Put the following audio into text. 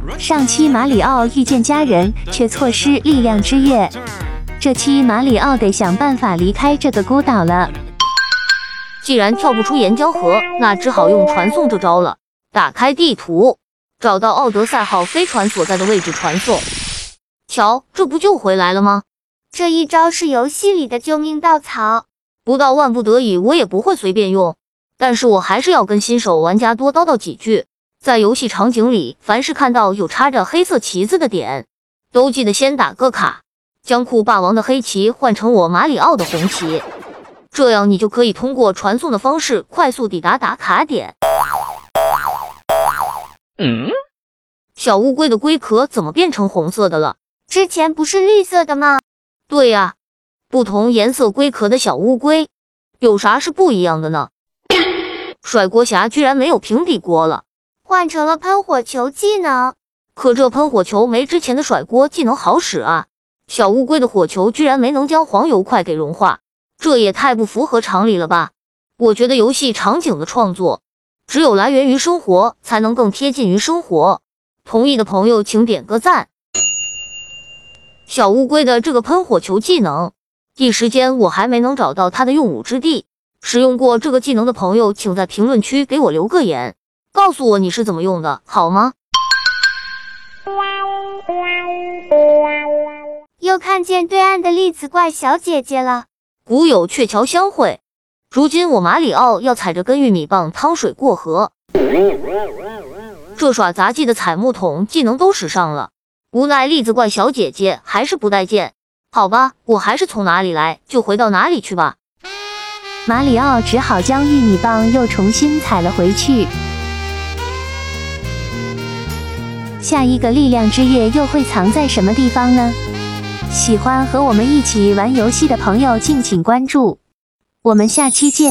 上期马里奥遇见家人，却错失力量之月。这期马里奥得想办法离开这个孤岛了。 既然跳不出岩浆河，那只好用传送这招了。打开地图，找到奥德赛号飞船所在的位置传送。瞧，这不就回来了吗？ 这一招是游戏里的救命稻草， 不到万不得已我也不会随便用，但是我还是要跟新手玩家多叨叨几句。在游戏场景里，凡是看到有插着黑色旗子的点，都记得先打个卡，将酷霸王的黑旗换成我马里奥的红旗，这样你就可以通过传送的方式快速抵达打卡点。小乌龟的龟壳怎么变成红色的了？ 之前不是绿色的吗？ 对呀，不同颜色龟壳的小乌龟，有啥是不一样的呢？甩锅侠居然没有平底锅了， 换成了喷火球技能。 可这喷火球没之前的甩锅技能好使啊！小乌龟的火球居然没能将黄油块给融化，这也太不符合常理了吧！我觉得游戏场景的创作，只有来源于生活，才能更贴近于生活。同意的朋友请点个赞。小乌龟的这个喷火球技能，一时间我还没能找到它的用武之地。使用过这个技能的朋友，请在评论区给我留个言，告诉我你是怎么用的，好吗？ 又看见对岸的栗子怪小姐姐了。 古有鹊桥相会，如今我马里奥要踩着根玉米棒趟水过河。这耍杂技的采木桶技能都使上了，无奈栗子怪小姐姐还是不待见。好吧，我还是从哪里来就回到哪里去吧。 马里奥只好将玉米棒又重新踩了回去。下一个力量之月又会藏在什么地方呢？喜欢和我们一起玩游戏的朋友敬请关注，我们下期见。